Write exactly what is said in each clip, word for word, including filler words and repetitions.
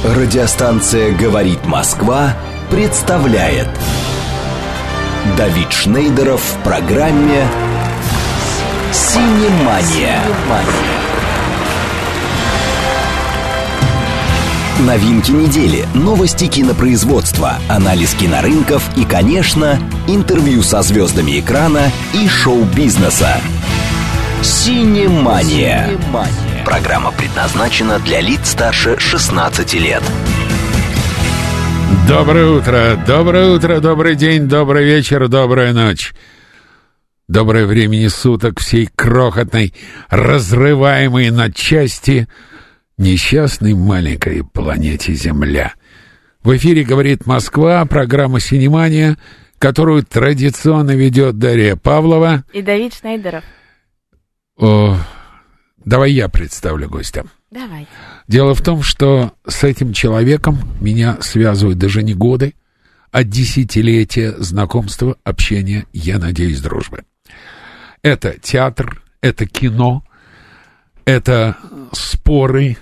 Радиостанция «Говорит Москва» представляет Давид Шнейдеров в программе «Синемания». Новинки недели, новости кинопроизводства, анализ кинорынков и, конечно, интервью со звездами экрана и шоу-бизнеса. «Синемания». Программа предназначена для лиц старше шестнадцати лет. Доброе утро, доброе утро, добрый день, добрый вечер, добрая ночь. Доброе времени суток всей крохотной, разрываемой на части несчастной маленькой планете Земля. В эфире «Говорит Москва», программа «Синемания», которую традиционно ведет Дарья Павлова и Давид Шнейдеров. О, давай я представлю гостя. Давай. Дело в том, что с этим человеком меня связывают даже не годы, а десятилетия знакомства, общения, я надеюсь, дружбы. Это театр, это кино, это споры,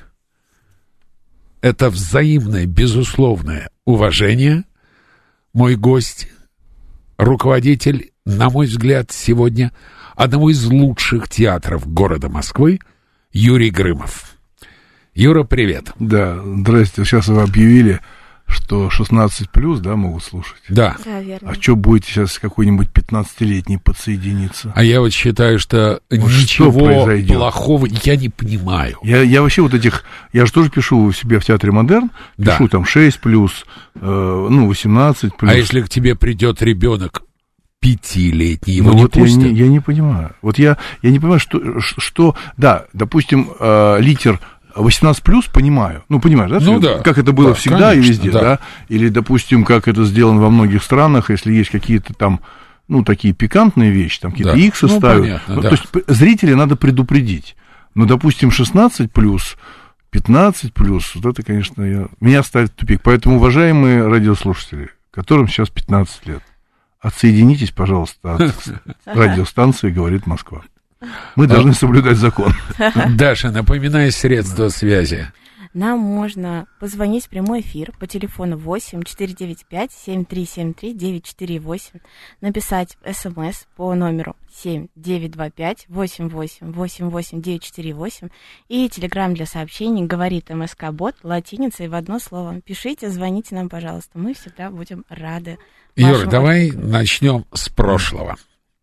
это взаимное, безусловное уважение. Мой гость, руководитель, на мой взгляд, сегодня одного из лучших театров города Москвы, Юрий Грымов. Юра, привет. Да, здрасте. Сейчас вы объявили, что шестнадцать плюс, да, могут слушать? Да. Да, верно. А что, будете сейчас какой-нибудь пятнадцатилетний подсоединиться? А я вот считаю, что вот ничего что плохого я не понимаю. Я, я вообще вот этих... Я же тоже пишу у себя в Театре Модерн, да. Пишу там шесть плюс, э, ну, восемнадцать плюс. А если к тебе придет ребенок пятилетний, его ну, не вот пустят? Я не, я не понимаю. Вот я, я не понимаю, что... что да, допустим, э, литер... восемнадцать плюс понимаю, ну, понимаешь, да, ну, да. Как это было да, всегда конечно, и везде, да. да, или, допустим, как это сделано во многих странах, если есть какие-то там, ну, такие пикантные вещи, там какие-то да. иксы ну, ставят, понятно, ну, да. то есть зрителя надо предупредить, ну, допустим, шестнадцать плюс, пятнадцать плюс, вот это, конечно, я... меня ставит в тупик, поэтому, уважаемые радиослушатели, которым сейчас пятнадцать лет, отсоединитесь, пожалуйста, от радиостанции «Говорит Москва». Мы должны соблюдать закон. Даша, напоминай средства связи. Нам можно позвонить в прямой эфир по телефону восемь четыре девять пять семь три семь три девять четыре восемь, написать смс по номеру семь девять два пять восемь восемь восемь восемь девять четыре восемь и телеграм для сообщений «Говорит МСК-бот» латиницей в одно слово. Пишите, звоните нам, пожалуйста, мы всегда будем рады. Юра, давай начнем с прошлого.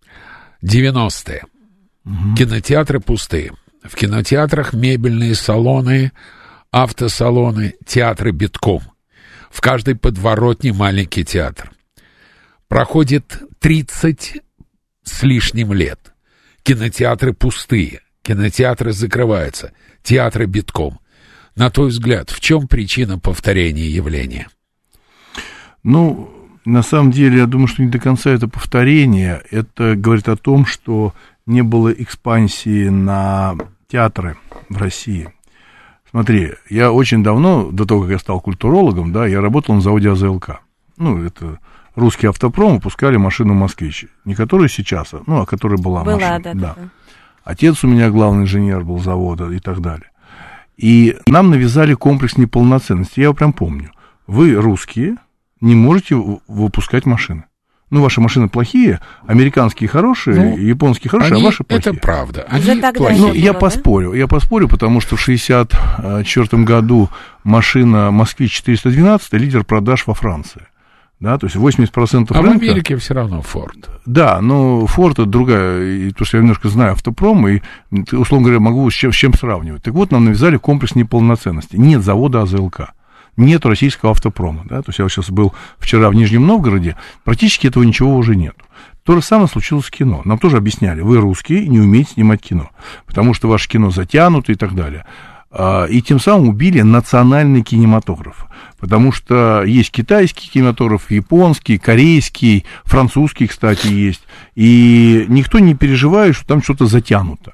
девяностые. Угу. Кинотеатры пустые. В кинотеатрах мебельные салоны, автосалоны, театры битком. В каждой подворотне маленький театр. Проходит тридцать с лишним лет. Кинотеатры пустые, кинотеатры закрываются, театры битком. На твой взгляд, в чем причина повторения явления? Ну, на самом деле, я думаю, что не до конца это повторение. Это говорит о том, что не было экспансии на театры в России. Смотри, я очень давно, до того, как я стал культурологом, да, я работал на заводе АЗЛК. Ну, это русский автопром, выпускали машину «Москвич». Не которую сейчас, а, ну, а которая была, была машина. Да, да, да. Отец у меня главный инженер был завода и так далее. И нам навязали комплекс неполноценности, я его прям помню. Вы, русские, не можете выпускать машины. Ну, ваши машины плохие, американские хорошие, ну, японские хорошие, они, а ваши плохие. Это правда. Они плохие. Ну, я было, поспорю, да? я поспорю, потому что в шестьдесят четвёртом году машина «Москвич четыреста двенадцать» лидер продаж во Франции. Да, то есть восемьдесят процентов а рынка... в Америке все равно Форд. Да, но Форд это другая, потому что я немножко знаю автопром, и, условно говоря, могу с чем, с чем сравнивать. Так вот, нам навязали комплекс неполноценности. Нет завода АЗЛК. Нет российского автопрома, да, то есть я вот сейчас был вчера в Нижнем Новгороде, практически этого ничего уже нет. То же самое случилось с кино. Нам тоже объясняли, вы русские, не умеете снимать кино, потому что ваше кино затянуто и так далее. И тем самым убили национальный кинематограф, потому что есть китайский кинематограф, японский, корейский, французский, кстати, есть, и никто не переживает, что там что-то затянуто.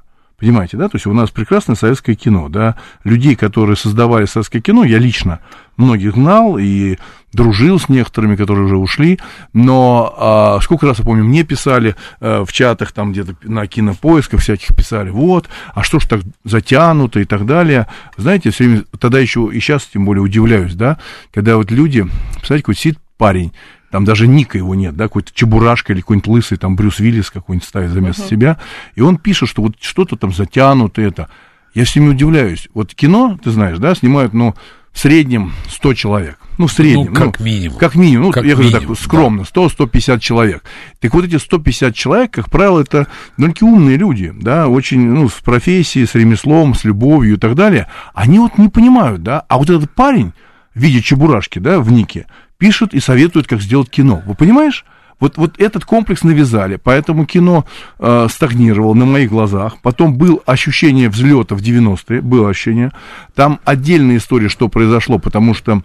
Понимаете, да? То есть у нас прекрасное советское кино, да? Людей, которые создавали советское кино, я лично многих знал и дружил с некоторыми, которые уже ушли, но а, сколько раз, я помню, мне писали а, в чатах, там где-то на Кинопоисках всяких писали, вот, а что ж так затянуто и так далее. Знаете, все время, тогда еще и сейчас тем более удивляюсь, да, когда вот люди, представляете, какой сидит парень, там даже ника его нет, да, какой-то Чебурашка или какой-нибудь лысый, там Брюс Уиллис какой-нибудь ставит за место uh-huh. себя, и он пишет, что вот что-то там затянуто это. Я все время удивляюсь. Вот кино, ты знаешь, да, снимают, ну, в среднем сто человек. Ну, в среднем. Ну, как ну, минимум. Как минимум. Ну, как я говорю минимум, так скромно, да. сто - сто пятьдесят человек. Так вот эти сто пятьдесят человек, как правило, это довольно-таки умные люди, да, очень, ну, с профессией, с ремеслом, с любовью и так далее. Они вот не понимают, да, а вот этот парень в виде Чебурашки, да, в нике, пишет и советует, как сделать кино. Вы понимаешь? Вот, вот этот комплекс навязали, поэтому кино э, стагнировало на моих глазах. Потом было ощущение взлета в девяностые, было ощущение. Там отдельная история, что произошло, потому что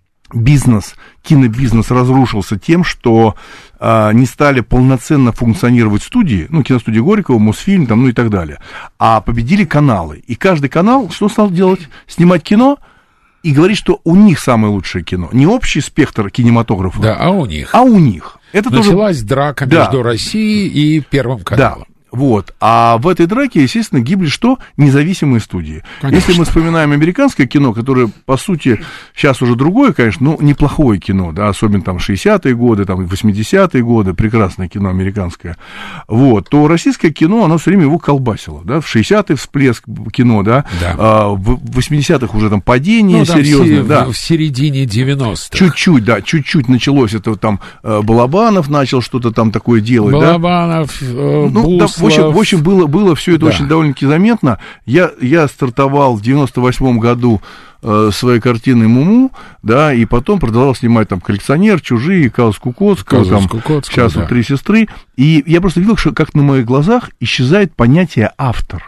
бизнес, кинобизнес разрушился тем, что э, не стали полноценно функционировать студии, ну, киностудия Горького, Мосфильм, там, ну и так далее, а победили каналы. И каждый канал что стал делать? Снимать кино и говорить, что у них самое лучшее кино. Не общий спектр кинематографа, да, а у них. А у них. Это Началась тоже... драка да. между Россией и Первым каналом. Да. Вот. А в этой драке, естественно, гибли что? Независимые студии. Конечно. Если мы вспоминаем американское кино, которое, по сути, сейчас уже другое, конечно, но неплохое кино, да, особенно там шестидесятые годы, там восьмидесятые годы, прекрасное кино американское, вот, то российское кино, оно все время его колбасило, да, в шестидесятые всплеск кино, да, да. А, в восьмидесятых уже там падение ну, серьезное, в, да. в середине девяностых. Чуть-чуть, да, чуть-чуть началось это там, Балабанов начал что-то там такое делать, Балабанов, да. Балабанов, ну, да, в общем, в общем, было, было все это да. очень довольно-таки заметно. Я, я стартовал в девяносто восьмом году э, своей картиной «Муму», да, и потом продолжал снимать там «Коллекционер», «Чужие», «Казус Кукоцкого», там, сейчас да. вот «Три сестры». И я просто видел, что как на моих глазах исчезает понятие «автор».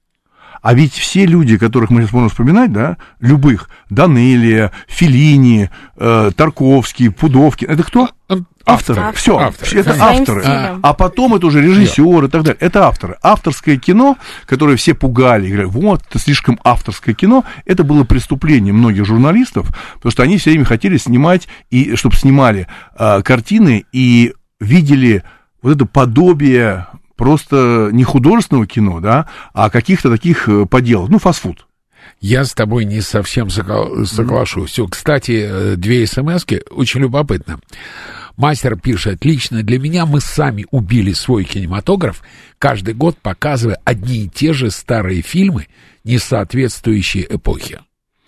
А ведь все люди, которых мы сейчас можем вспоминать, да, любых, Данелия, Феллини, э, Тарковский, Пудовкин, это кто? Авторы. Автор. Все, Автор. это Своим авторы. А, а потом это уже режиссеры и так далее. Это авторы. Авторское кино, которое все пугали, говорят, вот, это слишком авторское кино, это было преступление многих журналистов, потому что они все время хотели снимать, и чтобы снимали а, картины и видели вот это подобие просто не художественного кино, да, а каких-то таких поделок, ну, фастфуд. Я с тобой не совсем соглашусь. Mm. Кстати, две смски очень любопытно. Мастер пишет: лично для меня мы сами убили свой кинематограф, каждый год показывая одни и те же старые фильмы, не соответствующие эпохе.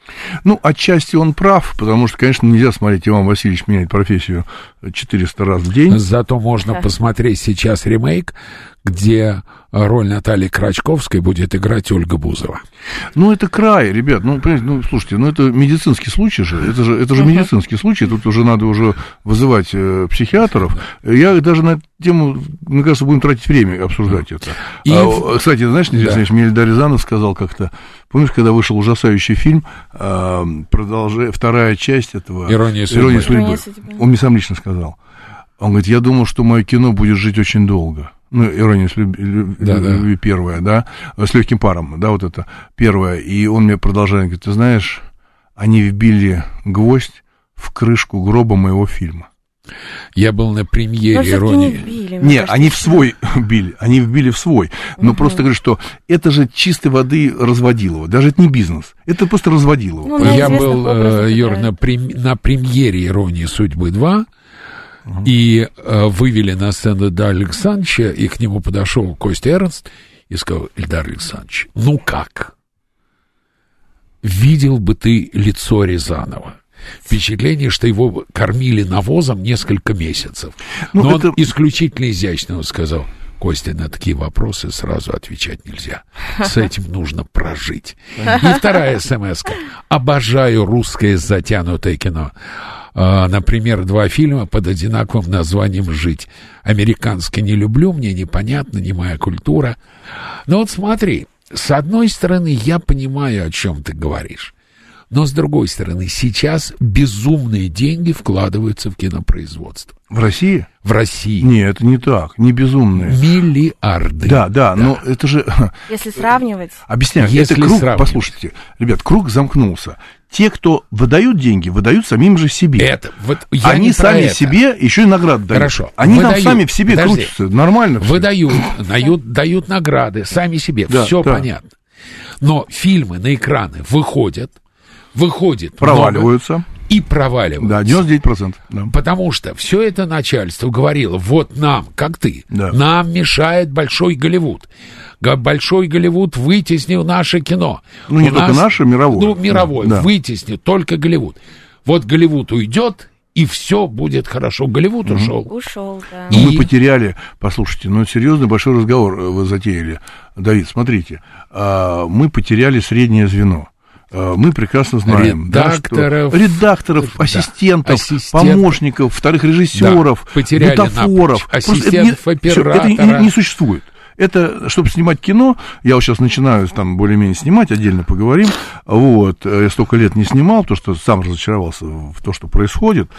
Ну, отчасти он прав, потому что, конечно, нельзя смотреть, Иван Васильевич меняет профессию четыреста раз в день. Зато можно да. посмотреть сейчас ремейк, где роль Натальи Крачковской будет играть Ольга Бузова. Ну, это край, ребят, ну, понимаете, ну, слушайте, ну, это медицинский случай же, это же, это же uh-huh. медицинский случай, тут уже надо уже вызывать э, психиатров. Я даже на эту тему, мне кажется, будем тратить время обсуждать это. И... А, кстати, знаешь, да. мне Эльдар Рязанов сказал как-то, помнишь, когда вышел ужасающий фильм, э, продолжая, вторая часть этого... «Ирония судьбы». «Ирония судьбы». Он мне сам лично сказал. Он говорит, я думал, что мое кино будет жить очень долго. Ну, «Ирония любви», да, да. первая, да, с легким паром, да, вот это первое. И он мне продолжает, говорит, ты знаешь, они вбили гвоздь в крышку гроба моего фильма. Я был на премьере «Иронии». Не, вбили, не они в свой били, они вбили в свой. Но угу. просто говорю, что это же чистой воды разводилово. Даже это не бизнес, это просто разводилово. Ну, я был, Юр, на, прем... на премьере «Иронии судьбы два». Uh-huh. И э, вывели на сцену Эльдара Александровича, и к нему подошел Костя Эрнст и сказал: Эльдар Александрович, ну как? Видел бы ты лицо Рязанова. Впечатление, что его кормили навозом несколько месяцев. Ну, Но это... он исключительно изящно сказал: Костя, на такие вопросы сразу отвечать нельзя. С этим нужно прожить. И вторая смс-ка. Обожаю русское затянутое кино. Например, два фильма под одинаковым названием «Жить». Американский не люблю, мне непонятно, не моя культура. Но вот смотри, с одной стороны, я понимаю, о чем ты говоришь. Но, с другой стороны, сейчас безумные деньги вкладываются в кинопроизводство. В России? В России. Нет, это не так, не безумные. Миллиарды. Да, да, да, но это же... Если сравнивать... Объясняю, Если это круг, сравнивать. Послушайте, ребят, круг замкнулся. Те, кто выдают деньги, выдают самим же себе. Это, вот я Они не про сами это. себе еще и награды дают. Хорошо. Они Выдают. там сами в себе Подожди. крутятся, нормально все. Выдают, дают, дают награды сами себе, Да, все да. понятно. Но фильмы на экраны выходят, выходят Проваливаются. много и проваливаются. Да, девяносто девять процентов. Да. Потому что все это начальство говорило, вот нам, как ты, Да. нам мешает Большой Голливуд. Га- Большой Голливуд вытеснил наше кино. Ну, не У только нас- наше, мировое. Ну, мировое, Да. вытеснит только Голливуд. Вот Голливуд уйдет, и все будет хорошо. Голливуд ушел. Ушел, да. Ну, И- мы потеряли, послушайте, ну, серьезный большой разговор вы затеяли. Давид, смотрите, а, мы потеряли среднее звено. А, Мы прекрасно знаем, да, что- Редакторов. редакторов, Да. ассистентов, Ассистентов. помощников, вторых режиссеров, Да, потеряли бутафоров. напрочь. Просто это Ассистентов, не- всё, оператора. Это не, не существует. Это, чтобы снимать кино, я вот сейчас начинаю там более-менее снимать, отдельно поговорим, вот, я столько лет не снимал, потому что сам разочаровался в то, что происходит,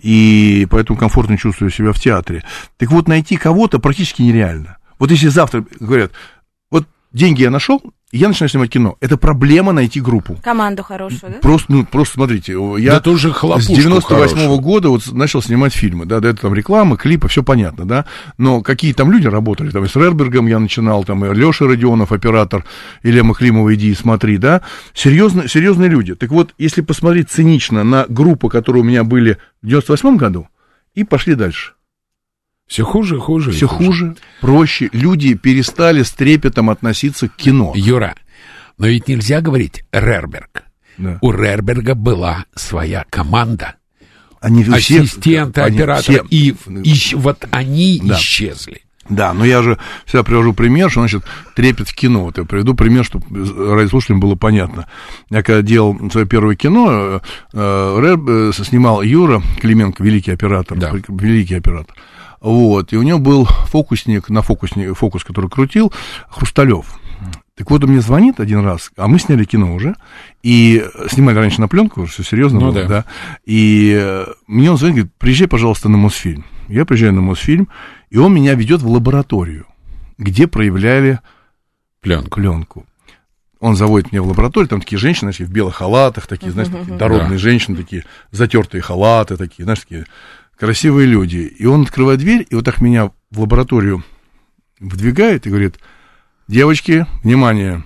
и поэтому комфортно чувствую себя в театре. Так вот, найти кого-то практически нереально. Вот если завтра говорят, вот деньги я нашел, и я начинаю снимать кино, это проблема найти группу. Команду хорошую, да? Просто, ну, просто смотрите, я Да тоже хлопушку с девяносто восьмого хорошую. года вот начал снимать фильмы, да, до этого там реклама, клипы, все понятно, да, но какие там люди работали, там и с Рербергом я начинал, там и Леша Родионов, оператор, Илья Махлимова, иди и смотри, да, серьезно, серьезные люди. Так вот, если посмотреть цинично на группы, которые у меня были в девяносто восьмом году, и пошли дальше. Все хуже и хуже. и Все хуже, проще, люди перестали с трепетом относиться к кино. Юра, но ведь нельзя говорить Рерберг. Да. У Рерберга была своя команда. Они все- Ассистенты, они операторы. все- И ищ- вот они Да. исчезли. Да, но я же всегда привожу пример, что, значит, трепет в кино. Вот я приведу пример, чтобы радиослушателям было понятно. Я когда делал свое первое кино, э, рэп, э, снимал Юра Клименко, великий оператор, Да. великий оператор. Вот, и у него был фокусник, на фокусник, фокус, который крутил, Хрусталев. Так вот, он мне звонит один раз, а мы сняли кино уже, и снимали раньше на пленку, все серьезно Ну было, да. да, и э, мне он звонит, говорит, приезжай, пожалуйста, на Мосфильм. Я приезжаю на Мосфильм, и он меня ведет в лабораторию, где проявляли Пленку. пленку. Он заводит меня в лабораторию, там такие женщины, значит, в белых халатах, такие, знаешь, такие дородные Да. женщины, такие затертые халаты, такие, знаешь, такие красивые люди. И он открывает дверь, и вот так меня в лабораторию вдвигает и говорит, девочки, внимание,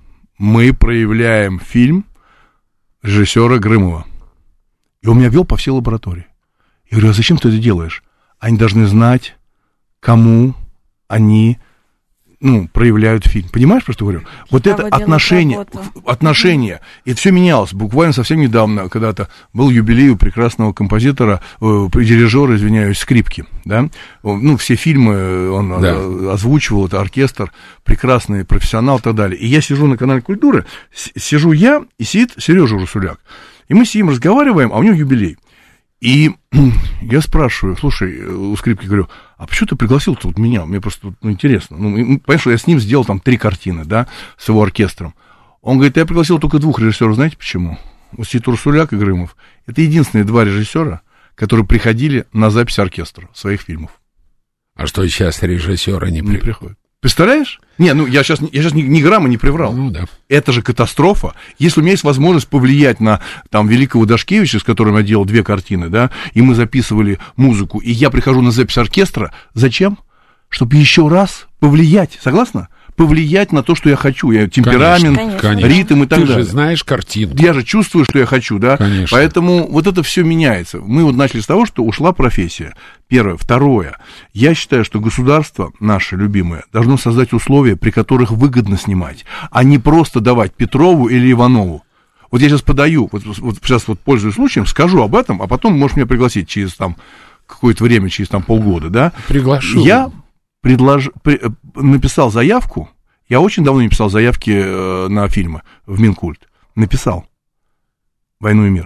мы проявляем фильм режиссера Грымова. И он меня вел по всей лаборатории. Я говорю, а зачем ты это делаешь? Они должны знать, кому они, ну, проявляют фильм. Понимаешь, про что говорю? Вот это делают отношение, работу. отношение. И это все менялось. Буквально совсем недавно, когда-то был юбилей у прекрасного композитора, э, дирижера, извиняюсь, скрипки, да? Он, ну, все фильмы он Да. э, озвучивал, это оркестр, прекрасный профессионал и так далее. И я сижу на канале Культуры, с- сижу я, и сидит Сережа Русуляк. И мы сидим, разговариваем, а у него юбилей. И я спрашиваю, слушай, у скрипки говорю, а почему ты пригласил-то вот меня? Мне просто ну, интересно. Ну, и, понимаешь, что я с ним сделал там три картины, да, с его оркестром. Он говорит, я пригласил только двух режиссеров, знаете почему? Вот сидит Урсуляк и Грымов. Это единственные два режиссера, которые приходили на запись оркестра своих фильмов. А что сейчас режиссеры не Не при... приходят. Представляешь? Не, ну я сейчас, я сейчас ни, ни грамма не приврал. Ну да. Это же катастрофа. Если у меня есть возможность повлиять на там великого Дашкевича, с которым я делал две картины, да, и мы записывали музыку, и я прихожу на запись оркестра, зачем? Чтобы еще раз повлиять, согласна? Повлиять на то, что я хочу. Я темперамент, Конечно. Конечно. ритм и так Ты далее. же знаешь картинку. Я же чувствую, что я хочу, да? Конечно. Поэтому вот это все меняется. Мы вот начали с того, что ушла профессия. Первое. Второе. Я считаю, что государство, наше любимое, должно создать условия, при которых выгодно снимать, а не просто давать Петрову или Иванову. Вот я сейчас подаю, вот, вот сейчас вот пользуясь случаем, скажу об этом, а потом можешь меня пригласить через там какое-то время, через там полгода, да? Приглашу. Я предлож... при... написал заявку, я очень давно не писал заявки э, на фильмы в Минкульт. Написал «Войну и мир».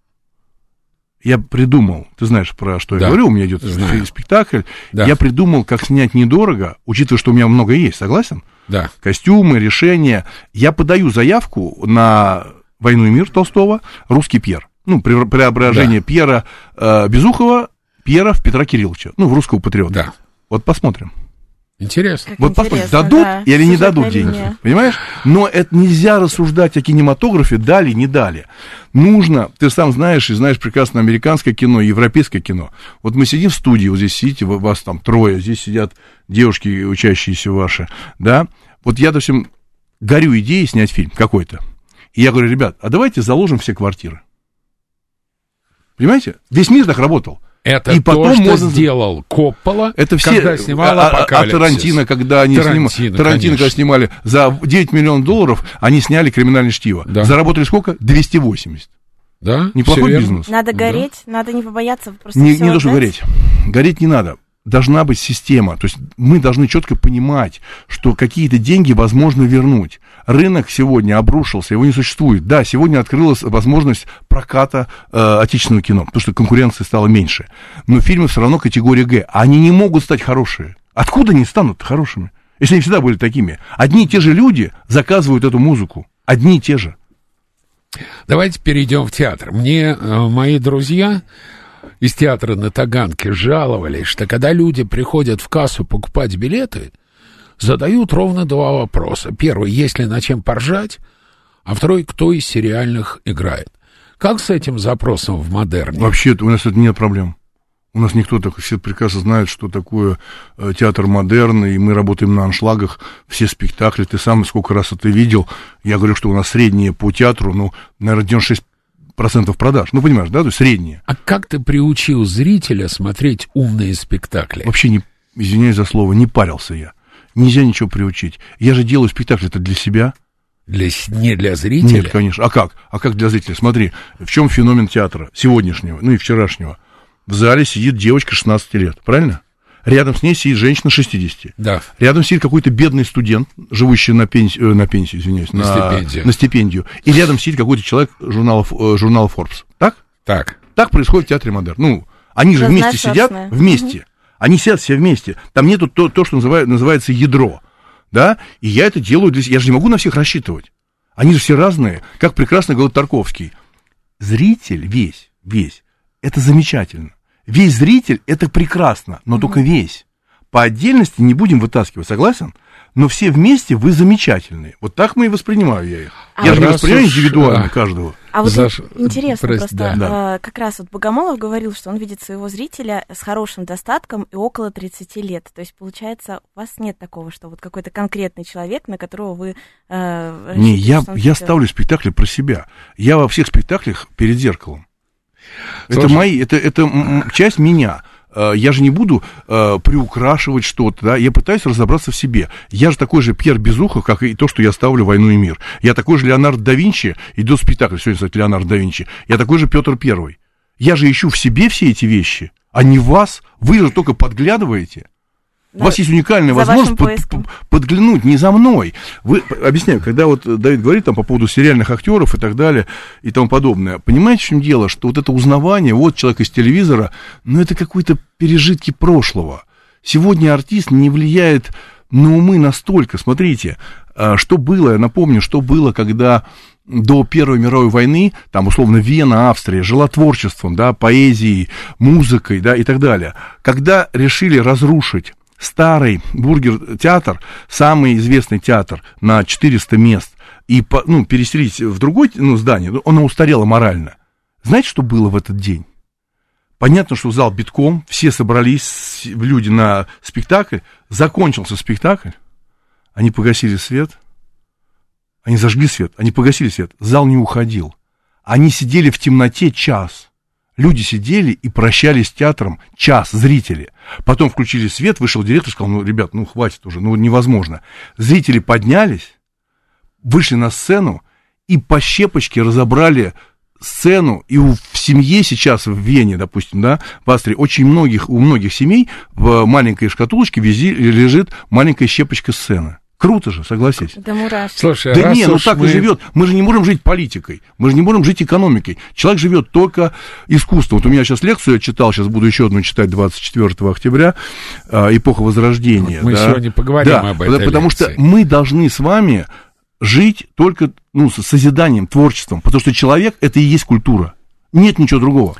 Я придумал, ты знаешь, про что Да, я говорю, у меня идет знаю. спектакль. Да. Я придумал, как снять недорого, учитывая, что у меня много есть, согласен? Да. Костюмы, решения. Я подаю заявку на «Войну и мир» Толстого, «Русский Пьер». Ну, преображение да. Пьера э, Безухова, Пьера в Петра Кирилловича. Ну, в русского патриота. Да. Вот посмотрим. Интересно. Как вот посмотрим, дадут да. или не дадут деньги. Линия. Понимаешь? Но это нельзя рассуждать о кинематографе, дали, не дали. Нужно, ты сам знаешь, и знаешь прекрасно американское кино, европейское кино. Вот мы сидим в студии, вот здесь сидите, вас там трое, здесь сидят девушки, учащиеся ваши, да. Вот я, допустим, горю идеей снять фильм какой-то. И я говорю, ребят, а давайте заложим все квартиры. Понимаете? Весь мир так работал. Это и то, потом что можно... сделал Коппола, это все... когда снимал а, «Апокалипсис». А Тарантино, когда они Тарантино, снимали, Тарантино, когда снимали за девять миллионов долларов, они сняли «Криминальное чтиво». Да. Заработали сколько? двести восемьдесят. Да? Неплохой бизнес. Надо гореть, да. Надо не побояться. Просто не не должно гореть. Гореть не надо. Должна быть система. То есть мы должны четко понимать, что какие-то деньги возможно вернуть. Рынок сегодня обрушился, его не существует. Да, сегодня открылась возможность проката э, отечественного кино, потому что конкуренции стало меньше. Но фильмы все равно категория Г. Они не могут стать хорошие. Откуда они станут хорошими? Если они всегда были такими. Одни и те же люди заказывают эту музыку. Одни и те же. Давайте перейдем в театр. Мне э, мои друзья из театра на Таганке жаловались, что когда люди приходят в кассу покупать билеты, задают ровно два вопроса. Первый, есть ли над чем поржать, а второй, кто из сериальных играет. Как с этим запросом в модерне? Вообще у нас это нет проблем. У нас никто так, все прекрасно знают, что такое э, театр модерн, и мы работаем на аншлагах, все спектакли, ты сам сколько раз это видел. Я говорю, что у нас среднее по театру, ну, наверное, девяносто шесть процентов продаж. Ну, понимаешь, да, то есть среднее. А как ты приучил зрителя смотреть умные спектакли? Вообще, не, извиняюсь за слово, не парился я. Нельзя ничего приучить. Я же делаю спектакль это для себя. Для, не для зрителя? Нет, конечно. А как? А как для зрителя? Смотри, в чем феномен театра сегодняшнего, ну и вчерашнего. В зале сидит девочка шестнадцати лет, правильно? Рядом с ней сидит женщина шестидесяти. Да. Рядом сидит какой-то бедный студент, живущий на пенсию, на пенсию, извиняюсь, на, на, стипендию. на стипендию. И рядом сидит какой-то человек журнала, журнала Forbes. Так? Так. Так происходит в театре модерн. Ну, они же вместе сидят, вместе. Угу. Они сидят все вместе. Там нету то, то что называют, называется ядро. Да? И я это делаю для себя. Я же не могу на всех рассчитывать. Они же все разные. Как прекрасно говорит Тарковский. Зритель весь, весь, это замечательно. Весь зритель это прекрасно, но угу. только весь. По отдельности не будем вытаскивать, согласен? Но все вместе вы замечательные. Вот так мы и воспринимаю я их. А я же не воспринимаю индивидуально а, каждого. А вот Заш... интересно Прости, просто, да. Да. как раз вот Богомолов говорил, что он видит своего зрителя с хорошим достатком и около тридцати лет. То есть, получается, у вас нет такого, что вот какой-то конкретный человек, на которого вы... Э, не, я, я ставлю спектакли про себя. Я во всех спектаклях перед зеркалом. Слушай. Это мои, это, это часть меня. Я же не буду э, приукрашивать что-то, да, я пытаюсь разобраться в себе. Я же такой же Пьер Безухов, как и то, что я ставлю «Войну и мир». Я такой же Леонардо да Винчи, идет спектакль, сегодня, кстати, Леонардо да Винчи. Я такой же Петр Первый. Я же ищу в себе все эти вещи, а не в вас. Вы же только подглядываете. У вас есть уникальная возможность под, подглянуть, не за мной. Вы, объясняю, когда вот Давид говорит там по поводу сериальных актеров и так далее и тому подобное, понимаете, в чем дело, что вот это узнавание, вот человек из телевизора, ну это какие-то пережитки прошлого. Сегодня артист не влияет на умы настолько. Смотрите, что было, я напомню, что было, когда до Первой мировой войны, там, условно, Вена, Австрия, жила творчеством, да, поэзией, музыкой, да, и так далее. Когда решили разрушить старый бургер-театр, самый известный театр на четыреста мест, и ну, переселить в другое ну, здание, оно устарело морально. Знаете, что было в этот день? Понятно, что зал битком, все собрались, люди на спектакль, закончился спектакль, они погасили свет, они зажгли свет, они погасили свет, зал не уходил. Они сидели в темноте час. Люди сидели и прощались с театром час, зрители. Потом включили свет, вышел директор и сказал, ну, ребят, ну, хватит уже, ну, невозможно. Зрители поднялись, вышли на сцену и по щепочке разобрали сцену. И у, в семье сейчас, в Вене, допустим, да, в Австрии, очень многих, у многих семей в маленькой шкатулочке вези, лежит маленькая щепочка сцены. Круто же, согласись. Да мурашки. Слушай, да не, ну так мы... и живет. Мы же не можем жить политикой, мы же не можем жить экономикой. Человек живет только искусством. Вот у меня сейчас лекцию я читал, сейчас буду еще одну читать двадцать четвёртого октября, эпоха Возрождения. Вот мы да? сегодня поговорим да, об этой потому лекции. Что мы должны с вами жить только ну, с созиданием, творчеством, потому что человек — это и есть культура. Нет ничего другого.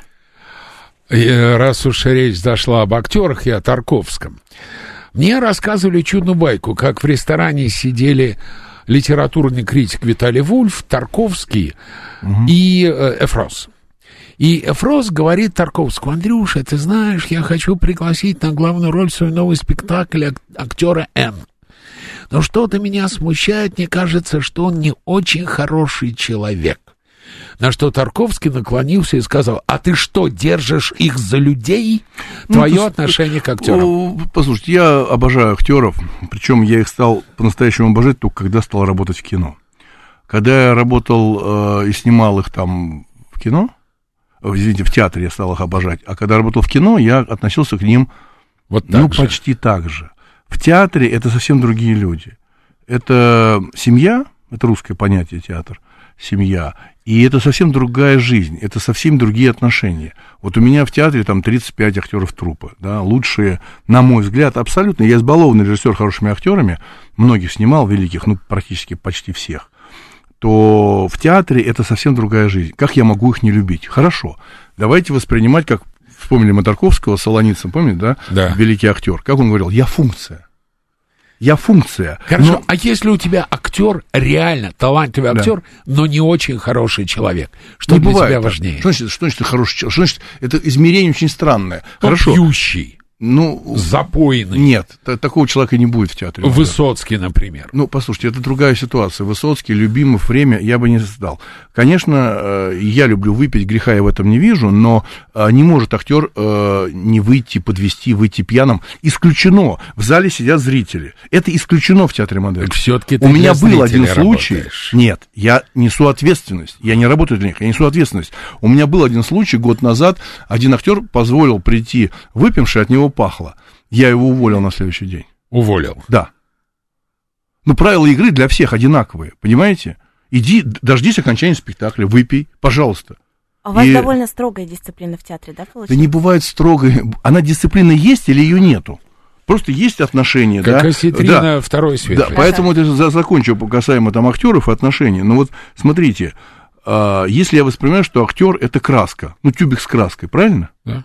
И раз уж речь зашла об актерах и о Тарковском, мне рассказывали чудную байку, как в ресторане сидели литературный критик Виталий Вульф, Тарковский угу. и э, Эфрос. И Эфрос говорит Тарковскому: Андрюша, ты знаешь, я хочу пригласить на главную роль в свой новый спектакль ак- актера Н. Но что-то меня смущает, мне кажется, что он не очень хороший человек. На что Тарковский наклонился и сказал: а ты что, держишь их за людей? Твое ну, отношение к актерам. Послушайте, я обожаю актеров, причем я их стал по-настоящему обожать только когда стал работать в кино. Когда я работал э, и снимал их там в кино, извините, в театре я стал их обожать, а когда работал в кино, я относился к ним вот ну, же. почти так же. В театре это совсем другие люди. Это семья, это русское понятие театр, семья, и это совсем другая жизнь, это совсем другие отношения. Вот у меня в театре там тридцать пять актеров труппы, да, лучшие, на мой взгляд, абсолютно. Я избалованный режиссер хорошими актерами, многих снимал, великих, ну, практически почти всех. То в театре это совсем другая жизнь. Как я могу их не любить? Хорошо, давайте воспринимать, как вспомнили мы Тарковского, Солоницын, помните, да? Да. Великий актер. Как он говорил: я функция. Я функция. Хорошо, но... а если у тебя актер, реально талантливый актер, да. но не очень хороший человек, что не для бывает, тебя да. важнее? Что значит, что значит хороший человек? Что значит, это измерение очень странное. Ну, хорошо. Пьющий. Ну, запойный. Нет, т- такого человека не будет в театре. Высоцкий, например. Ну, послушайте, это другая ситуация. Высоцкий, Любимов, время я бы не создал. Конечно, я люблю выпить, греха я в этом не вижу, но не может актер не выйти, подвести, выйти пьяным. Исключено. В зале сидят зрители. Это исключено в театре модерн. Все-таки у меня был один случай. Работаешь. Нет, я несу ответственность. Я не работаю для них, я несу ответственность. У меня был один случай год назад. Один актер позволил прийти выпивший, от него пахло. Я его уволил на следующий день. Уволил? Да. Ну, правила игры для всех одинаковые, понимаете? Иди, дождись окончания спектакля, выпей, пожалуйста. А у вас И... довольно строгая дисциплина в театре, да, получается? Да не бывает строгой. Она дисциплина есть или ее нету? Просто есть отношения, как да? осетрина да. второй свет. Да, поэтому это за, закончу касаемо там актеров и отношений. Ну вот, смотрите, э, если я воспринимаю, что актер это краска, ну, тюбик с краской, правильно? Да.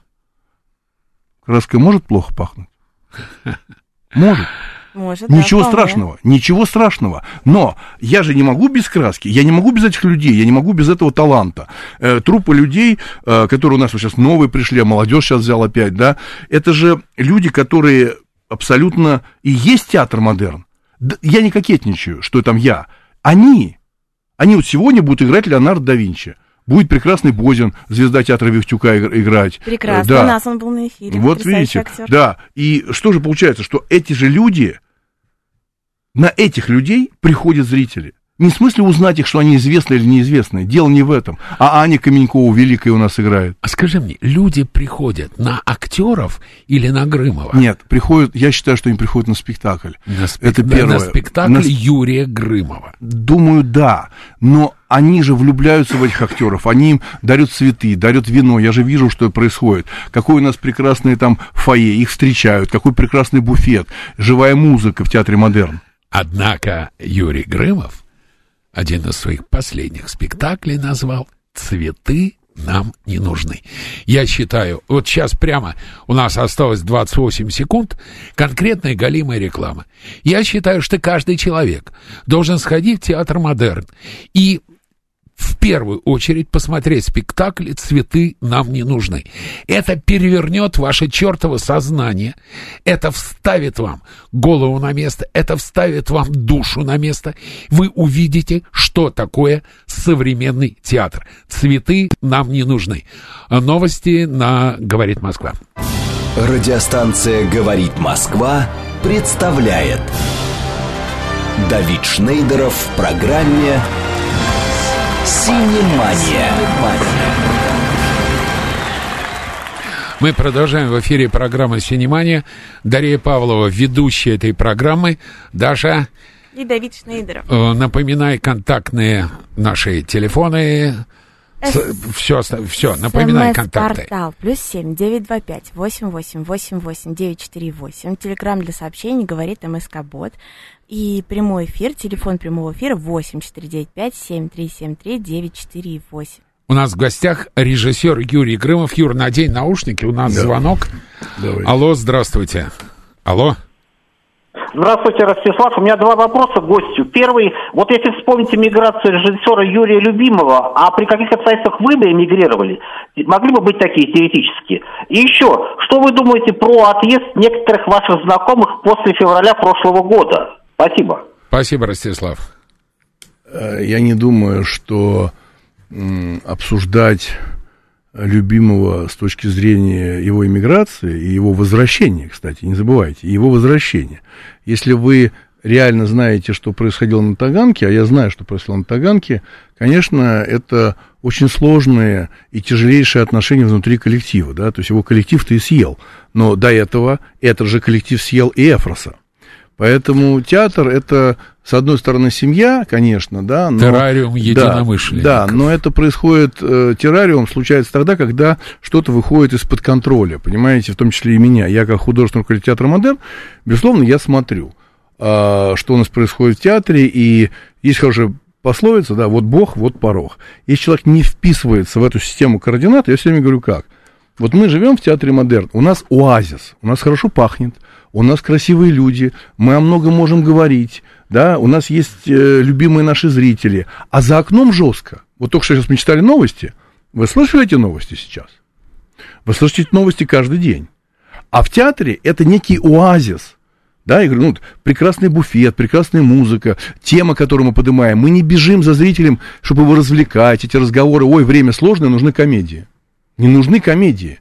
Краска может плохо пахнуть? Может. Может, ничего да, страшного, ничего страшного. Но я же не могу без краски, я не могу без этих людей, я не могу без этого таланта. Э, труппа людей, э, которые у нас вот сейчас новые пришли, а молодежь сейчас взял опять, да, это же люди, которые абсолютно и есть театр модерн. Да, я не кокетничаю, что там я. Они, они вот сегодня будут играть Леонардо да Винчи. Будет прекрасный Бозин, звезда театра Вихтюка, играть. Прекрасно, да. У нас он был на эфире. Вот видите, актер. Да. И что же получается, что эти же люди, на этих людей приходят зрители. Не в смысле узнать их, что они известны или неизвестны. Дело не в этом. А Аня Каменькова великая у нас играет. А скажи мне, люди приходят на актеров или на Грымова? Нет, приходят, я считаю, что они приходят на спектакль. На спек... Это первое. На спектакль на... Юрия Грымова. Думаю, да. Но они же влюбляются в этих актеров. Они им дарят цветы, дарят вино. Я же вижу, что происходит. Какой у нас прекрасный там фойе. Их встречают. Какой прекрасный буфет. Живая музыка в театре модерн. Однако Юрий Грымов один из своих последних спектаклей назвал «Цветы нам не нужны». Я считаю, вот сейчас прямо у нас осталось двадцать восемь секунд, конкретная галимая реклама. Я считаю, что каждый человек должен сходить в театр модерн и в первую очередь посмотреть спектакль «Цветы нам не нужны». Это перевернет ваше чертово сознание, это вставит вам голову на место, это вставит вам душу на место. Вы увидите, что такое современный театр. «Цветы нам не нужны». Новости на «Говорит Москва». Радиостанция «Говорит Москва» представляет Давид Шнейдеров в программе «Синемания». Мы продолжаем в эфире программы «Синемания». Дарья Павлова, ведущая этой программы. Даша. И Давид Шнейдеров. Напоминай контактные наши телефоны. Все, все, напоминай контакты. Портал плюс семь девять два пять восемь восемь восемь восемь девять четыре восемь. Телеграм для сообщений говорит МСК-бот. И прямой эфир, телефон прямого эфира восемь четыре девять пять семь три семь три девять четыре восемь. У нас в гостях режиссер Юрий Грымов. Юр, надень наушники, у нас да. звонок. Давай. Алло, здравствуйте. Алло. Здравствуйте, Ростислав. У меня два вопроса к гостю. Первый, вот если вспомните миграцию режиссера Юрия Любимого, а при каких обстоятельствах вы бы эмигрировали? Могли бы быть такие теоретические? И еще, что вы думаете про отъезд некоторых ваших знакомых после февраля прошлого года? Спасибо. Спасибо, Ростислав. Я не думаю, что м, обсуждать Любимого с точки зрения его эмиграции и его возвращения, кстати, не забывайте, его возвращения. Если вы реально знаете, что происходило на Таганке, а я знаю, что происходило на Таганке, конечно, это очень сложные и тяжелейшие отношения внутри коллектива, да, то есть его коллектив-то и съел, но до этого этот же коллектив съел и Эфроса. Поэтому театр — это, с одной стороны, семья, конечно, да. Но, террариум единомышленников. Да, да, но это происходит, э, террариум случается тогда, когда что-то выходит из-под контроля, понимаете, в том числе и меня. Я, как художественный руководитель театра «Модерн», безусловно, я смотрю, э, что у нас происходит в театре, и есть хорошая пословица, да, вот Бог, вот порог. Если человек не вписывается в эту систему координат, я все время говорю, как? Вот мы живем в театре «Модерн», у нас оазис, у нас хорошо пахнет, у нас красивые люди, мы о многом можем говорить, да, у нас есть э, любимые наши зрители, а за окном жестко. Вот только что сейчас мы читали новости, вы слышали эти новости сейчас? Вы слышите эти новости каждый день. А в театре это некий оазис, да, я говорю, ну, прекрасный буфет, прекрасная музыка, тема, которую мы поднимаем, мы не бежим за зрителем, чтобы его развлекать, эти разговоры, ой, время сложное, нужны комедии. Не нужны комедии.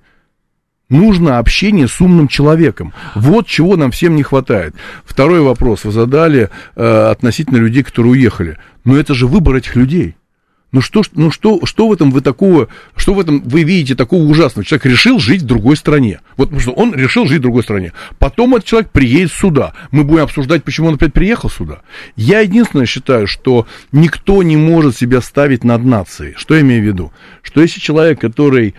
Нужно общение с умным человеком. Вот чего нам всем не хватает. Второй вопрос вы задали э, относительно людей, которые уехали. Но это же выбор этих людей. Ну что, ну что, что в этом вы такого, что в этом вы видите такого ужасного? Человек решил жить в другой стране. Вот потому что он решил жить в другой стране. Потом этот человек приедет сюда. Мы будем обсуждать, почему он опять приехал сюда. Я единственное считаю, что никто не может себя ставить над нацией. Что я имею в виду? Что если человек, который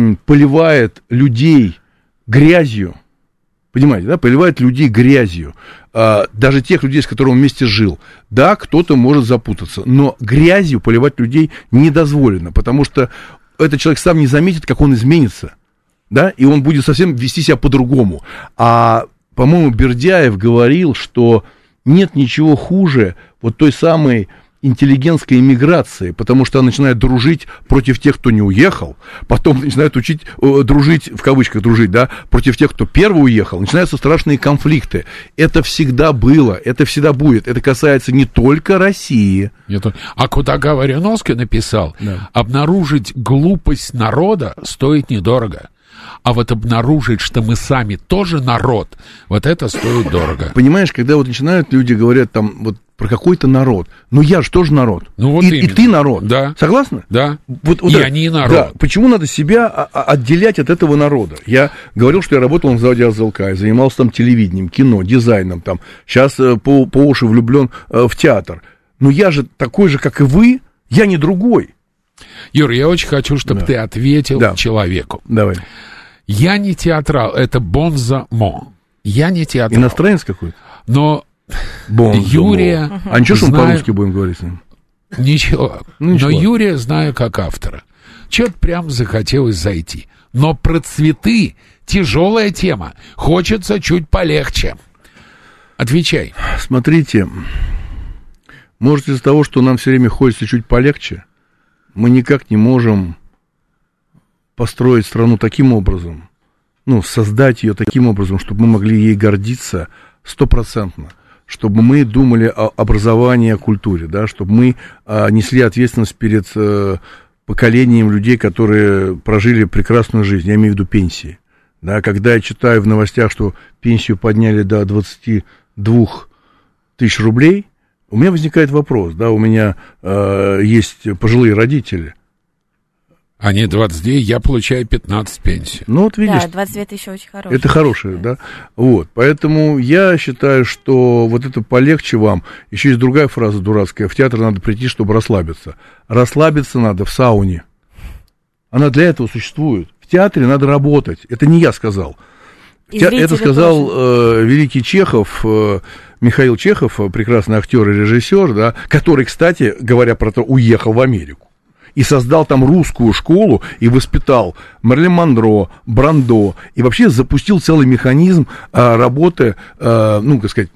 поливает людей грязью, понимаете, да, поливает людей грязью, а, даже тех людей, с которыми он вместе жил, да, кто-то может запутаться, но грязью поливать людей не дозволено, потому что этот человек сам не заметит, как он изменится, да, и он будет совсем вести себя по-другому. А, по-моему, Бердяев говорил, что нет ничего хуже вот той самой интеллигентской эмиграции, потому что она начинает дружить против тех, кто не уехал, потом начинает учить, э, дружить, в кавычках дружить, да, против тех, кто первый уехал, начинаются страшные конфликты. Это всегда было, это всегда будет, это касается не только России. Нет, а Кутагава Ряновский написал, да. Обнаружить глупость народа стоит недорого. А вот обнаружить, что мы сами тоже народ, вот это стоит дорого. Понимаешь, когда вот начинают люди говорят там вот про какой-то народ, ну я же тоже народ, ну, вот и, и ты народ, да. Согласна? Да, вот, вот и это, они народ. Да. Почему надо себя отделять от этого народа? Я говорил, что я работал на заводе АЗЛК, я занимался там телевидением, кино, дизайном, там, сейчас по, по уши влюблен в театр. Но я же такой же, как и вы, я не другой. Юр, я очень хочу, чтобы да. ты ответил да. человеку. Давай. Я не театрал, это бонзамо. Я не театрал. Иностранец какой-то? Но Бонзамо. Юрия... Uh-huh. А ничего, что мы по-русски будем говорить с ним? Ничего. Ну, ничего. Но Юрия знаю как автора. Что-то прям захотелось зайти. Но про цветы тяжелая тема. Хочется чуть полегче. Отвечай. Смотрите, может, из-за того, что нам все время хочется чуть полегче, мы никак не можем построить страну таким образом, ну, создать ее таким образом, чтобы мы могли ей гордиться стопроцентно, чтобы мы думали о образовании, о культуре, да, чтобы мы а, несли ответственность перед а, поколением людей, которые прожили прекрасную жизнь, я имею в виду пенсии. Да, когда я читаю в новостях, что пенсию подняли до двадцати двух тысяч рублей, у меня возникает вопрос, да, у меня а, есть пожилые родители. Они двадцать девять, я получаю пятнадцать пенсий. Ну, вот видишь. Да, двадцать две тысячи очень хорошие. Это хорошее, да. Вот, поэтому я считаю, что вот это полегче вам. Еще есть другая фраза дурацкая. В театр надо прийти, чтобы расслабиться. Расслабиться надо в сауне. Она для этого существует. В театре надо работать. Это не я сказал. Те, это сказал э, великий Чехов, э, Михаил Чехов, прекрасный актер и режиссер, да, который, кстати, говоря про то, уехал в Америку. И создал там русскую школу, и воспитал Мерлин Монро, Брандо, и вообще запустил целый механизм э, работы, э, ну, как сказать,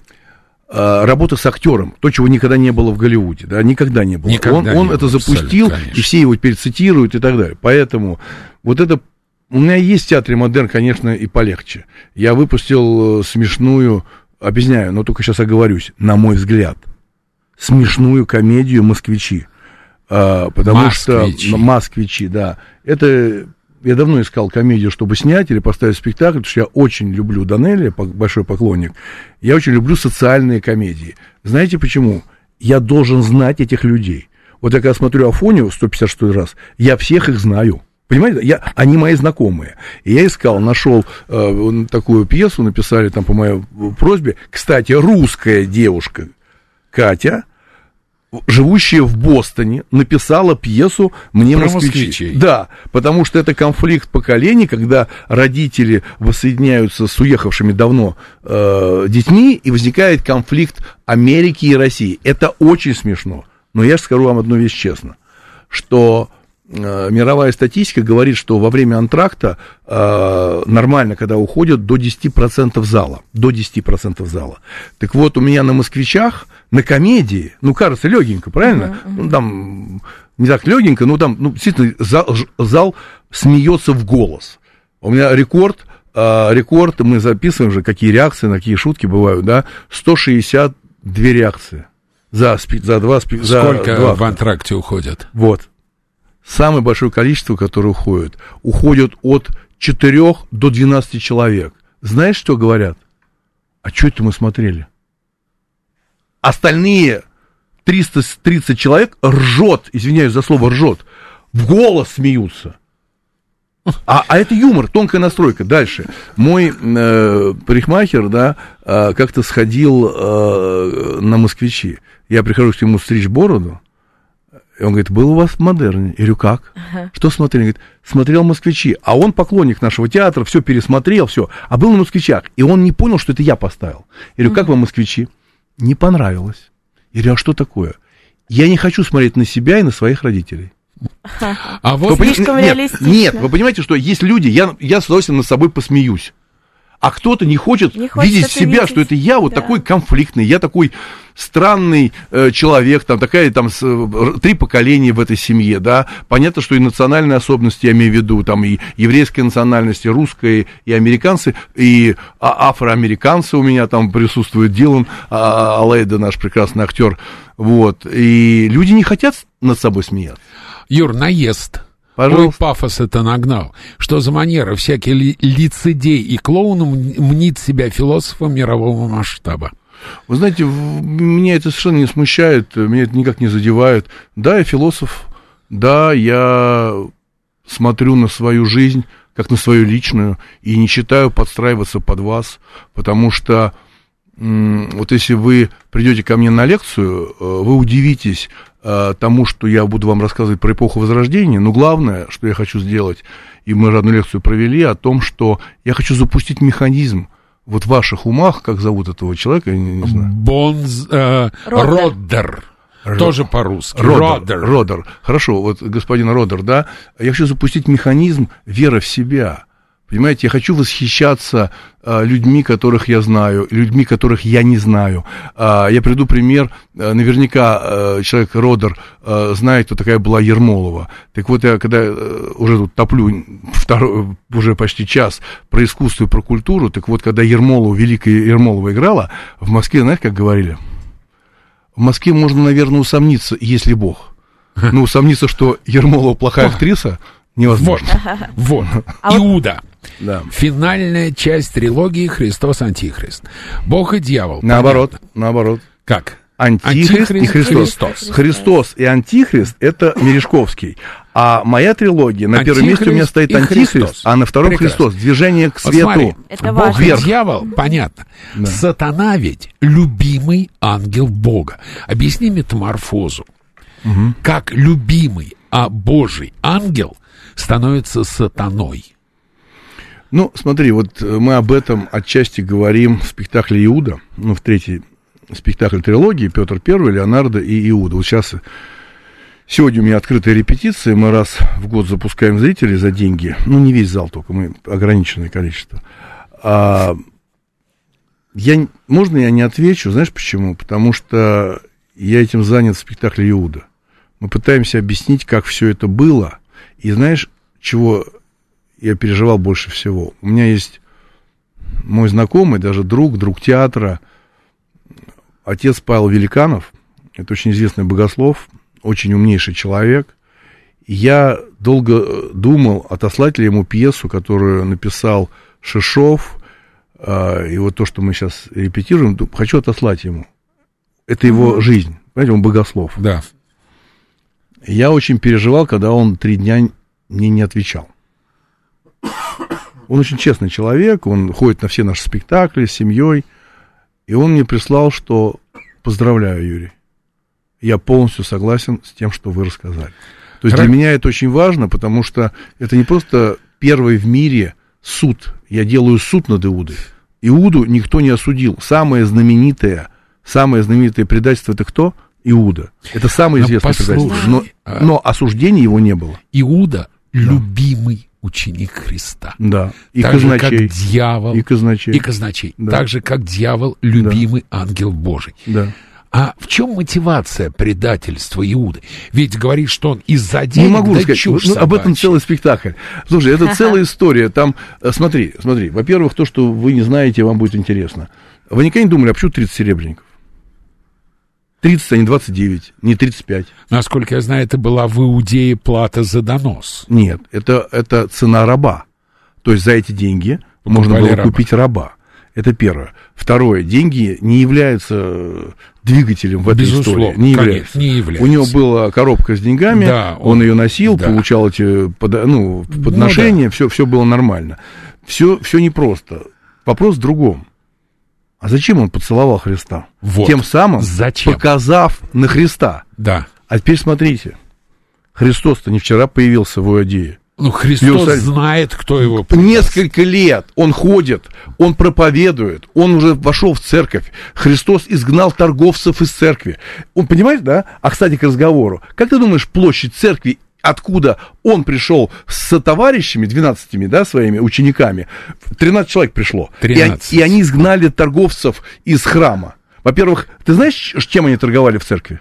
э, работы с актером, то, чего никогда не было в Голливуде, да, никогда не было. Никогда он не он было, это запустил, и все его теперь цитируют и так далее. Поэтому вот это... У меня есть в театре модерн, конечно, и полегче. Я выпустил смешную, объясняю, но только сейчас оговорюсь, на мой взгляд, смешную комедию «Москвичи». А, потому москвичи. что москвичи, да. Это я давно искал комедию, чтобы снять или поставить спектакль, потому что я очень люблю Данелия, большой поклонник. Я очень люблю социальные комедии. Знаете почему? Я должен знать этих людей. Вот я когда смотрю Афоню сто пятьдесят шестой раз, я всех их знаю. Понимаете, я, они мои знакомые. И я искал, нашел э, такую пьесу, написали там по моей просьбе. Кстати, русская девушка Катя, живущая в Бостоне, написала пьесу «Мне москвичи». Да, потому что это конфликт поколений, когда родители воссоединяются с уехавшими давно э, детьми, и возникает конфликт Америки и России. Это очень смешно. Но я же скажу вам одну вещь честно, что э, мировая статистика говорит, что во время антракта э, нормально, когда уходят до десяти процентов зала. До десяти процентов зала. Так вот, у меня на «Москвичах», на комедии, ну, кажется, легенько, правильно? Uh-huh, uh-huh. Ну, там, не так легенько, но там, ну, действительно, зал, зал смеется в голос. У меня рекорд, э, рекорд, мы записываем же, какие реакции, на какие шутки бывают, да, сто шестьдесят две реакции за, за два... За Сколько два, в антракте уходят? Вот. Самое большое количество, которое уходит, уходит от четырёх до двенадцати человек. Знаешь, что говорят? А что это мы смотрели? Остальные триста тридцать человек ржет, извиняюсь за слово ржет, в голос смеются. А, а это юмор, тонкая настройка. Дальше. Мой э, парикмахер, да, э, как-то сходил э, на «Москвичи». Я прихожу к нему стричь бороду, и он говорит, был у вас в модерне? Я говорю, как? Uh-huh. Что смотрели? Он говорит, смотрел «Москвичи». А он поклонник нашего театра, все пересмотрел, все. А был на «Москвичах». И он не понял, что это я поставил. Я говорю, uh-huh. как вам «Москвичи»? Не понравилось. Я говорю, а что такое? Я не хочу смотреть на себя и на своих родителей. А вот слишком реалистично. Нет, вы понимаете, что есть люди, я, я с удовольствием над собой посмеюсь. А кто-то не хочет не видеть себя, видеть. Что это я вот да. такой конфликтный, я такой странный э, человек, там такая, там, с, э, три поколения в этой семье, да. Понятно, что и национальные особенности, я имею в виду, там, и еврейская национальность, и русская, и американцы, и а, афроамериканцы у меня там присутствуют, Дилан а, Алейда, наш прекрасный актер, вот. И люди не хотят над собой смеяться. Юр, наезд. Пожалуйста. Ой, пафос это нагнал. Что за манера? Всякий ли, лицедей и клоун мнит себя философом мирового масштаба. Вы знаете, меня это совершенно не смущает, меня это никак не задевает. Да, я философ, да, я смотрю на свою жизнь, как на свою личную, и не считаю подстраиваться под вас, потому что м- вот если вы придете ко мне на лекцию, вы удивитесь тому, что я буду вам рассказывать про эпоху Возрождения, но главное, что я хочу сделать, и мы же одну лекцию провели, о том, что я хочу запустить механизм вот в ваших умах, как зовут этого человека, я не, не знаю. Бонз... Э, Роддер. Р... Тоже по-русски. Роддер. Роддер. Хорошо, вот господин Роддер, да, я хочу запустить механизм веры в себя. Понимаете, я хочу восхищаться а, людьми, которых я знаю, людьми, которых я не знаю. А, я приведу пример. А, наверняка а, человек Роддер а, знает, кто такая была Ермолова. Так вот, я когда а, уже тут топлю второй, уже почти час про искусство и про культуру, так вот, когда Ермолова, великая Ермолова играла, в Москве, знаешь, как говорили? В Москве можно, наверное, усомниться, если Бог. Ну, усомниться, что Ермолова плохая актриса, невозможно. Вот. Вот. Иуда. Да. Финальная часть трилогии «Христос Антихрист». Бог и дьявол. Наоборот, понятно. наоборот. Как? Антихрист, Антихрист и Христос. Христос. Христос и Антихрист — это Мережковский. А моя трилогия, на первом месте у меня стоит Антихрист, Христос. А на втором Прекрасно. Христос. Движение к свету. Вот смотри, это Бог важно. и дьявол, понятно. Да. Сатана ведь любимый ангел Бога. Объясни метаморфозу. Угу. Как любимый, а Божий ангел становится сатаной? Ну, смотри, вот мы об этом отчасти говорим в спектакле «Иуда», ну, в третьей спектакле трилогии «Петр Первый», «Леонардо» и «Иуда». Вот сейчас, сегодня у меня открытая репетиция, мы раз в год запускаем зрителей за деньги, ну, не весь зал только, мы ограниченное количество. А, я, можно я не отвечу, знаешь почему? Потому что я этим занят в спектакле «Иуда». Мы пытаемся объяснить, как все это было, и знаешь, чего я переживал больше всего? У меня есть мой знакомый, даже друг, друг театра, отец Павел Великанов, это очень известный богослов, очень умнейший человек. Я долго думал, отослать ли ему пьесу, которую написал Шишов, и вот то, что мы сейчас репетируем, хочу отослать ему. Это его жизнь, понимаете, он богослов. Да. Я очень переживал, когда он три дня мне не отвечал. Он очень честный человек, он ходит на все наши спектакли с семьей, и он мне прислал, что поздравляю, Юрий, я полностью согласен с тем, что вы рассказали. То есть для меня это очень важно, потому что это не просто первый в мире суд, я делаю суд над Иудой. Иуду никто не осудил. Самое знаменитое, самое знаменитое предательство — это кто? Иуда. Это самое известное предательство. Но, но осуждения его не было. Иуда — любимый ученик Христа. Да. И так казначей. же, как дьявол. И казначей. И казначей. Да. Так же, как дьявол — любимый да. ангел Божий. Да. А в чем мотивация предательства Иуды? Ведь говорит, что он из-за денег, не могу да сказать, чушь ну, собачья. Об этом целый спектакль. Слушай, это целая история. Там, смотри, смотри. Во-первых, то, что вы не знаете, вам будет интересно. Вы никогда не думали, а почему тридцать серебряников? тридцать, а не двадцать девять, не тридцать пять. Насколько я знаю, это была в Иудее плата за донос. Нет, это, это цена раба. То есть за эти деньги Покупали можно было раба. купить раба. Это первое. Второе, деньги не являются двигателем в этой Безусловно, истории. Не конечно, являются. не являются. У него была коробка с деньгами, да, он, он ее носил, да. получал эти под, ну, подношения, ну, да. все, все было нормально. Все, все непросто. Вопрос в другом. А зачем он поцеловал Христа? Вот. Тем самым зачем? Показав на Христа. Да. А теперь смотрите. Христос-то не вчера появился в Иудее. Ну, Христос Иерусалим. Знает, кто его предаст. Несколько лет он ходит, он проповедует, он уже вошел в церковь. Христос изгнал торговцев из церкви. Он, понимаешь, да? А, кстати, к разговору. Как ты думаешь, площадь церкви, откуда он пришел с товарищами, двенадцатими, да, своими учениками, тринадцать человек пришло. тринадцать. И, и они изгнали торговцев из храма. Во-первых, ты знаешь, чем они торговали в церкви?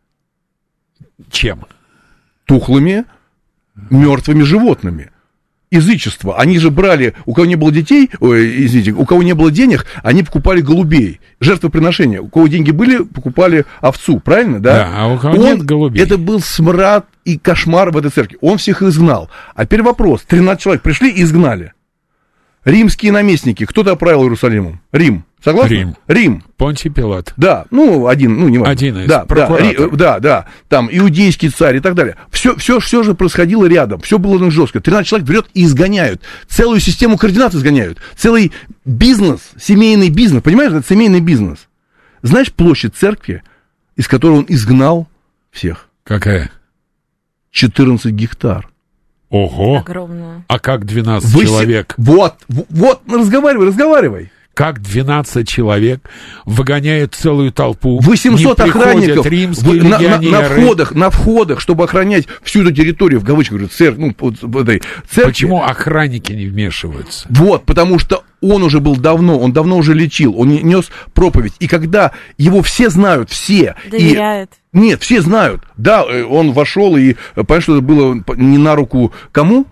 Чем? Тухлыми, мертвыми животными. Язычество. Они же брали, у кого не было детей, ой, извините, у кого не было денег, они покупали голубей. Жертвоприношения. У кого деньги были, покупали овцу, правильно, да? Да, а у кого Он, нет голубей. Это был смрад и кошмар в этой церкви. Он всех изгнал. А теперь вопрос. тринадцать человек пришли и изгнали. Римские наместники. Кто-то правил Иерусалимом? Рим. Согласны? Рим. Рим. Понтий Пилат. Да, ну, один, ну, не важно. Один из да, прокураторов. Да, да, да, там, иудейский царь и так далее. Все, все, все же происходило рядом, все было ну, жестко. тринадцать человек берет и изгоняют. Целую систему координат изгоняют. Целый бизнес, семейный бизнес, понимаешь, это семейный бизнес. Знаешь площадь церкви, из которой он изгнал всех? Какая? четырнадцать гектар. Ого! Огромная. А как двенадцать Вы человек? Се... Вот, вот, разговаривай, разговаривай. Как двенадцать человек выгоняют целую толпу. восемьсот охранников римские в, на, на, на входах, на входах, чтобы охранять всю эту территорию, в кавычках, говорю, церковь, ну, вот, в этой церкви. Почему охранники не вмешиваются? Вот, потому что он уже был давно, он давно уже лечил, он нес проповедь. И когда его все знают, все. Доверяют. И, нет, все знают. Да, он вошел, и, понимаешь, что это было не на руку кому?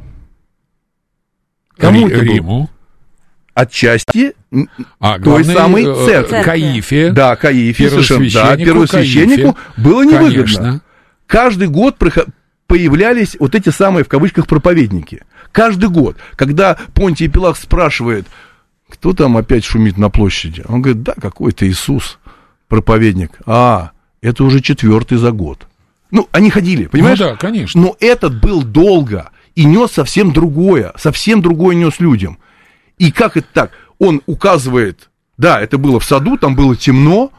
Кому Ри- это было? Риму. Отчасти а, той главный, самой э, церкви. Каифе. Да, Каифе, совершенно, да, первосвященнику Каифе, было невыгодно. Конечно. Каждый год появлялись вот эти самые, в кавычках, проповедники. Каждый год, когда Понтий Пилат спрашивает, кто там опять шумит на площади, он говорит, да, какой-то Иисус, проповедник. А, это уже четвертый за год. Ну, они ходили, понимаешь? Ну да, конечно. Но этот был долго и нес совсем другое, совсем другое нес людям. И как это так? Он указывает, да, это было в саду, там было темно,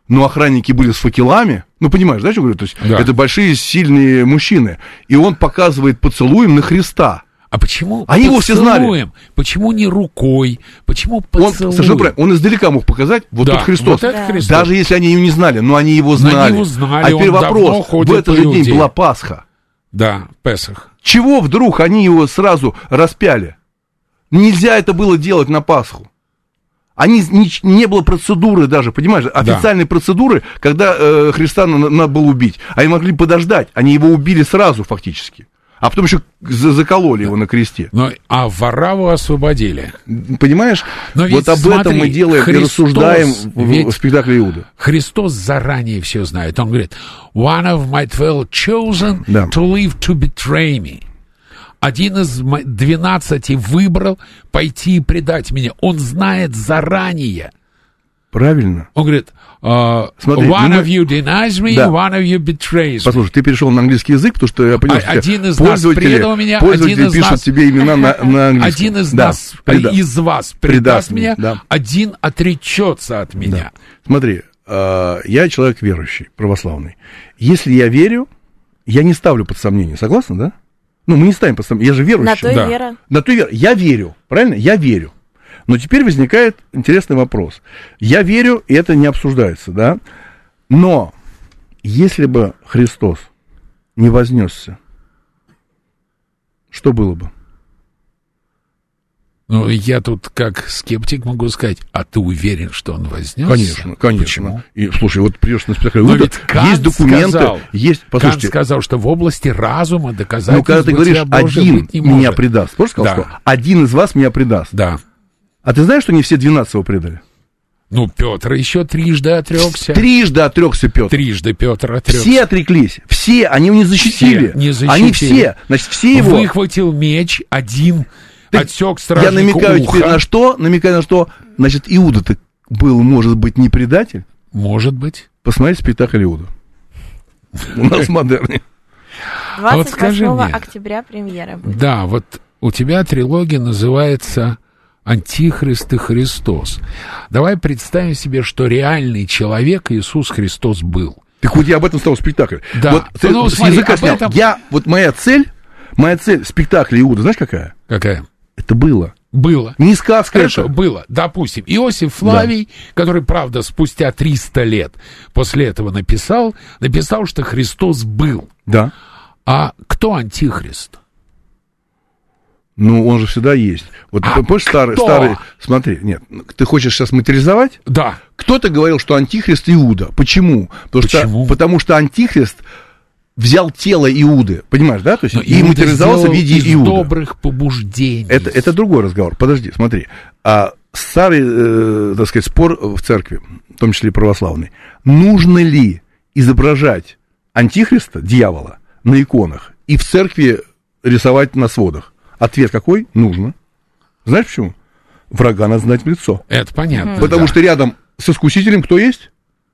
но охранники были с факелами. Ну, понимаешь, да, что я говорю? То есть да. это большие, сильные мужчины. И он показывает поцелуем на Христа. А почему Они его все знали. Почему не рукой? Почему Он, поцелуем? он издалека мог показать, вот да, тот Христос. Вот это да. Христос. Даже если они его не знали, но они его знали. Но они его знали, а теперь он вопрос, в этот же день была Пасха. Да, Песах. Чего вдруг они его сразу распяли? Нельзя это было делать на Пасху. Они, не, не было процедуры даже, понимаешь, официальной да. процедуры, когда э, Христа надо, надо было убить. Они могли подождать, они его убили сразу фактически. А потом еще закололи его на кресте. Но, а Вараву освободили. Понимаешь? Но вот об смотри, этом мы делаем Христос, и рассуждаем в, в спектакле Иуда. Христос заранее все знает. Он говорит, one of my twelve chosen да. to live to betray me. Один из двенадцати выбрал пойти и предать меня. Он знает заранее. Правильно. Он говорит, uh, Смотри, one ну of you denies me, да. one of you betrays me. Послушай, ты перешел на английский язык, потому что я понимаю, а, что один из пользователи, нас предал меня, пользователи один из пишут нас... тебе имена на, на английском. Один из да. нас, Преда... из вас предаст, предаст меня, да. один отречется от меня. Да. Смотри, э, я человек верующий, православный. Если я верю, я не ставлю под сомнение. Согласна, да? Ну, мы не ставим под сомнение. Я же верующий. На то и да. вера. На то и вера. Я верю, правильно? Я верю. Но теперь возникает интересный вопрос. Я верю, и это не обсуждается, да? Но если бы Христос не вознесся, что было бы? Ну, я тут как скептик могу сказать, а ты уверен, что он вознесся? Конечно, конечно. Почему? И, слушай, вот придешь на спектакль, Но Иуда, ведь Кант есть документы, сказал, есть, послушайте. Кант сказал, что в области разума доказательств Ну, когда ты говоришь, один не меня может. предаст, помнишь, сказал, да. что один из вас меня предаст? Да. А ты знаешь, что не все двенадцать его предали? Ну, Петр еще трижды отрекся. Трижды отрекся Петр. Трижды Петр отрекся. Все отреклись, все, они его не защитили. Все не защитили. Они все, значит, все его... Выхватил меч, один Так отсек стражнику я намекаю ухо. теперь на что? Намекаю на что? Значит, Иуда-то был, может быть, не предатель? Может быть. Посмотрите спектакль Иуда. У нас модерный. двадцать восьмого мне. октября премьера будет. Да, вот у тебя трилогия называется «Антихрист и Христос». Давай представим себе, что реальный человек Иисус Христос был. Так вот я об этом стал спектакль. Да. Вот ты Ну, с смотри, языка об снял. этом- Я, вот моя цель, моя цель спектакля Иуда, знаешь какая? Какая? Это было. Было. Не сказка Хорошо, это. было. Допустим, Иосиф Флавий, который, правда, спустя триста лет после этого написал, написал, что Христос был. Да. А кто антихрист? Ну, он же всегда есть. Вот А ты помнишь старый, кто? старый... Смотри, нет, ты хочешь сейчас материализовать? Да. Кто-то говорил, что антихрист Иуда. Почему? Потому, Почему? Что, потому что антихрист взял тело Иуды. Понимаешь, да? То есть Но и Иуда материализовался в виде из Иуда. добрых побуждений. Это, это другой разговор. Подожди, смотри. А старый, э, так сказать, спор в церкви, в том числе и православный. Нужно ли изображать антихриста, дьявола, на иконах и в церкви рисовать на сводах? Ответ какой? Нужно. Знаешь почему? Врага надо знать в лицо. Это понятно. Потому да. что рядом с искусителем кто есть?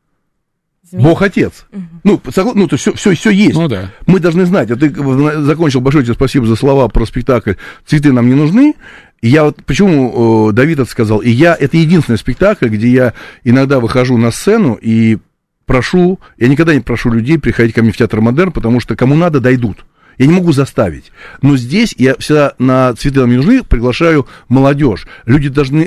Змей. Бог-отец. Угу. Ну, согла... ну, то все, все, все есть. Ну, да. Мы должны знать. А ты закончил, большое тебе спасибо за слова про спектакль «Цветы нам не нужны». И я вот, почему э, Давид это сказал, и я, это единственный спектакль, где я иногда выхожу на сцену и прошу, я никогда не прошу людей приходить ко мне в театр «Модерн», потому что кому надо, дойдут. Я не могу заставить. Но здесь я всегда на «Цветы нам не нужны» приглашаю молодежь. Люди должны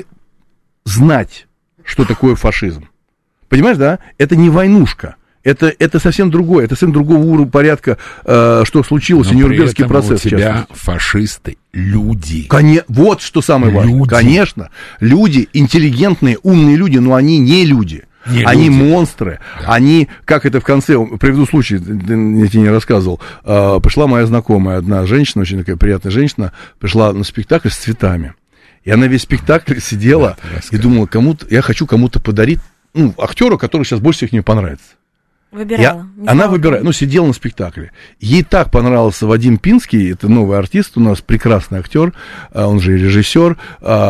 знать, что такое фашизм. Понимаешь, да? Это не войнушка. Это, это совсем другое. Это совсем другого уровня порядка, э, что случилось, и Нюрнбергский процесс. У тебя фашисты люди. Коне... Вот что самое важное. Люди. Конечно. Люди, интеллигентные, умные люди, но они не люди. Не они люди. монстры, Да. они, как это в конце, приведу случай, я тебе не рассказывал, э, пришла моя знакомая, одна женщина, очень такая приятная женщина, пришла на спектакль с цветами, и она весь спектакль сидела Да, и думала, кому-то, я хочу кому-то подарить, ну, актеру, который сейчас больше всех не понравится. Выбирала. Я, она выбирает, ну, сидела на спектакле. Ей так понравился Вадим Пинский, это новый артист у нас, прекрасный актер, он же и режиссер,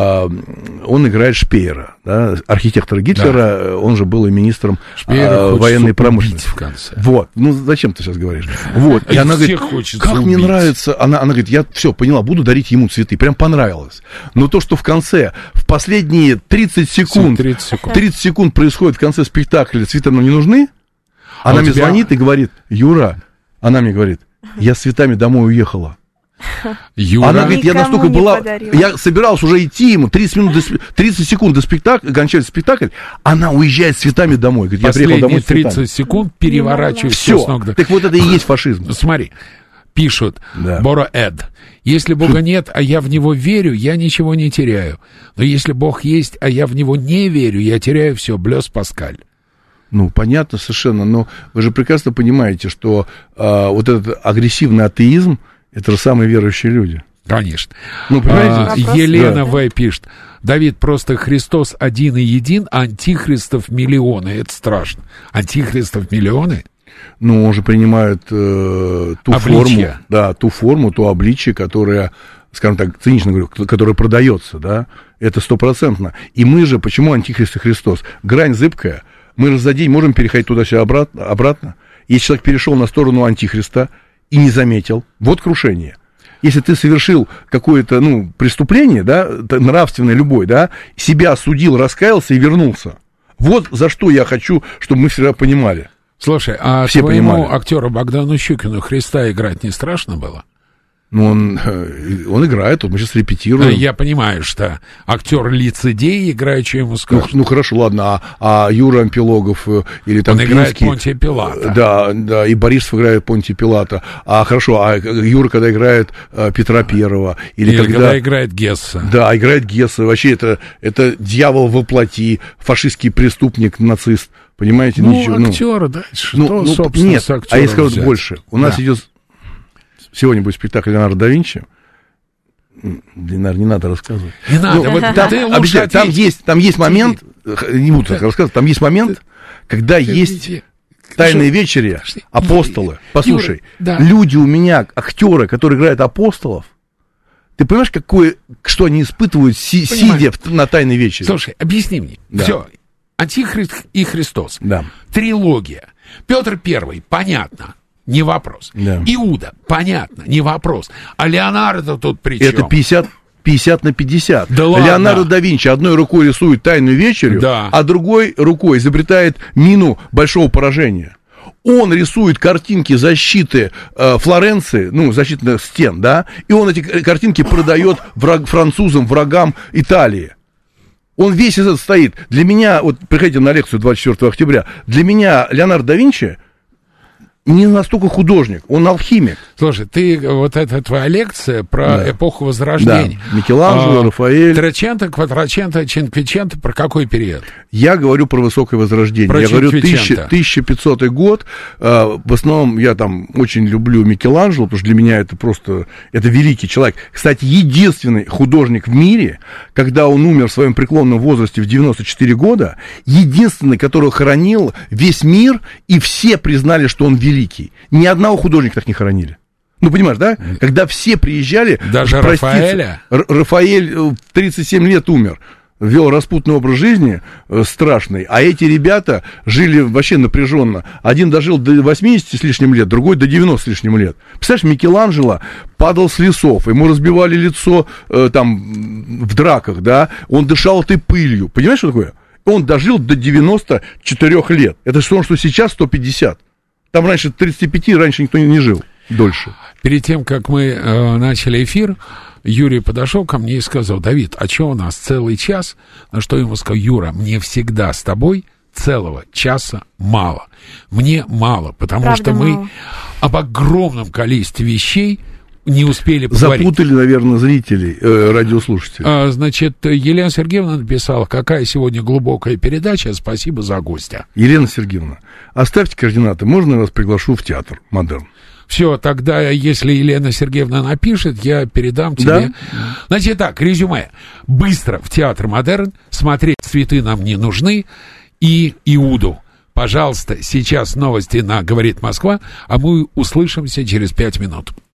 он играет Шпеера, да, архитектора Гитлера, да. Он же был и министром а, военной промышленности. В конце. Вот, ну зачем ты сейчас говоришь? Вот, и она говорит, как убить. Мне нравится, она, она говорит, я все поняла, буду дарить ему цветы, прям понравилось. Но то, что в конце, в последние тридцать секунд, тридцать секунд, тридцать секунд происходит в конце спектакля, цветы нам не нужны, она а мне тебя... звонит и говорит, Юра, она мне говорит, я с цветами домой уехала. Юра... Она говорит, я настолько была, подарила. Я собирался уже идти ему, тридцать минут, до, тридцать секунд до спектакля, кончается спектакль, она уезжает с цветами домой. Говорит, я приехал домой с цветами. тридцать секунд переворачиваюсь все, с ног до... Так вот это и есть фашизм. Смотри, пишут, да. Боро Эд, если Бога нет, а я в Него верю, я ничего не теряю. Но если Бог есть, а я в Него не верю, я теряю все. Блёс Паскаль. Ну, понятно совершенно, но вы же прекрасно понимаете, что э, вот этот агрессивный атеизм, это же самые верующие люди. Конечно. Ну, а, Елена да. В. пишет, Давид, просто Христос один и един, а антихристов миллионы, это страшно. Антихристов миллионы? Ну, он же принимает э, ту обличье. форму, да, ту форму, ту обличие, которое, скажем так, цинично говорю, которое продается, да, это стопроцентно. И мы же, почему антихрист и Христос? Грань зыбкая. Мы же за день можем переходить туда-сюда обратно, обратно. Если человек перешел на сторону антихриста и не заметил, вот крушение. Если ты совершил какое-то, ну, преступление, да, нравственное любое, да, себя осудил, раскаялся и вернулся. Вот за что я хочу, чтобы мы всегда понимали. Слушай, а все твоему понимали. актеру Богдану Щукину Христа играть не страшно было? Ну, он, он играет, вот мы сейчас репетируем. Я понимаю, что актер лицедей играет, что ему скажут. Ну, ну хорошо, ладно, а, а Юра Ампилогов или там он Пинский, играет Понтия Пилата. Да, да, и Борисов играет Понтия Пилата. А хорошо, а Юра, когда играет а, Петра Первого. Или, или когда, когда играет Гесса. Да, играет Гесса. Вообще это, это дьявол во плоти, фашистский преступник, нацист. Понимаете? Ну, ничего, актеры, да, что, ну, ну, собственно, нет, с актером а я скажу взять? больше. У нас да. идет... Сегодня будет спектакль Леонардо да Винчи. Наверное, не надо рассказывать. Не надо. Ну, вот там, ты обещаю, там, есть, там есть момент, не буду так рассказывать, там есть момент, когда есть тайные вечери, апостолы. Послушай, да. люди у меня, актеры, которые играют апостолов, ты понимаешь, какое, что они испытывают, си, сидя на тайной вечере? Слушай, объясни мне. Да. Все. Антихрист и Христос. Да. Трилогия. Петр Первый, понятно. Не вопрос. Да. Иуда, понятно, не вопрос. А Леонардо тут при чем? Это пятьдесят, пятьдесят на пятьдесят. Да ладно. Леонардо да Винчи одной рукой рисует тайную вечерю, да. а другой рукой изобретает мину большого поражения. Он рисует картинки защиты э, Флоренции, ну, защитных стен, да, и он эти картинки продает враг, французам, врагам Италии. Он весь этот стоит. Для меня, вот приходите на лекцию двадцать четвёртого октября, для меня Леонардо да Винчи не настолько художник, он алхимик. Слушай, ты, вот эта твоя лекция про да. эпоху Возрождения. Да. Микеланджело, а, Рафаэль. Треченто, Квадраченто, Чинквиченто, про какой период? Я говорю про Высокое Возрождение. Про я говорю тысяча пятисотый год. В основном я там очень люблю Микеланджело, потому что для меня это просто, это великий человек. Кстати, единственный художник в мире, когда он умер в своем преклонном возрасте в девяносто четыре года, единственный, которого хоронил весь мир, и все признали, что он великий. Ни одного художника так не хоронили. Ну, понимаешь, да? Когда все приезжали... Даже Рафаэля? Р- Рафаэль в тридцать семь лет умер. Вел распутный образ жизни э, страшный. А эти ребята жили вообще напряженно. Один дожил до восьмидесяти с лишним лет, другой до девяноста с лишним лет. Представляешь, Микеланджело падал с лесов, ему разбивали лицо э, там в драках, да? Он дышал этой пылью. Понимаешь, что такое? Он дожил до девяноста четырёх лет. Это что, что сейчас сто пятьдесят. Там раньше тридцать пять, раньше никто не жил дольше. Перед тем, как мы э, начали эфир, Юрий подошел ко мне и сказал: Давид, а что у нас целый час? На что я ему сказал: Юра, мне всегда с тобой целого часа мало. Мне мало, потому Правда что мы мало. об огромном количестве вещей не успели поговорить. Запутали, наверное, зрителей, э, радиослушателей. А, значит, Елена Сергеевна написала: какая сегодня глубокая передача, спасибо за гостя. Елена Сергеевна, оставьте координаты, можно я вас приглашу в театр «Модерн»? Все, тогда, если Елена Сергеевна напишет, я передам тебе. Да? Значит так, резюме. Быстро в театр «Модерн», смотреть «Цветы нам не нужны» и «Иуду». Пожалуйста, сейчас новости на «Говорит Москва», а мы услышимся через пять минут.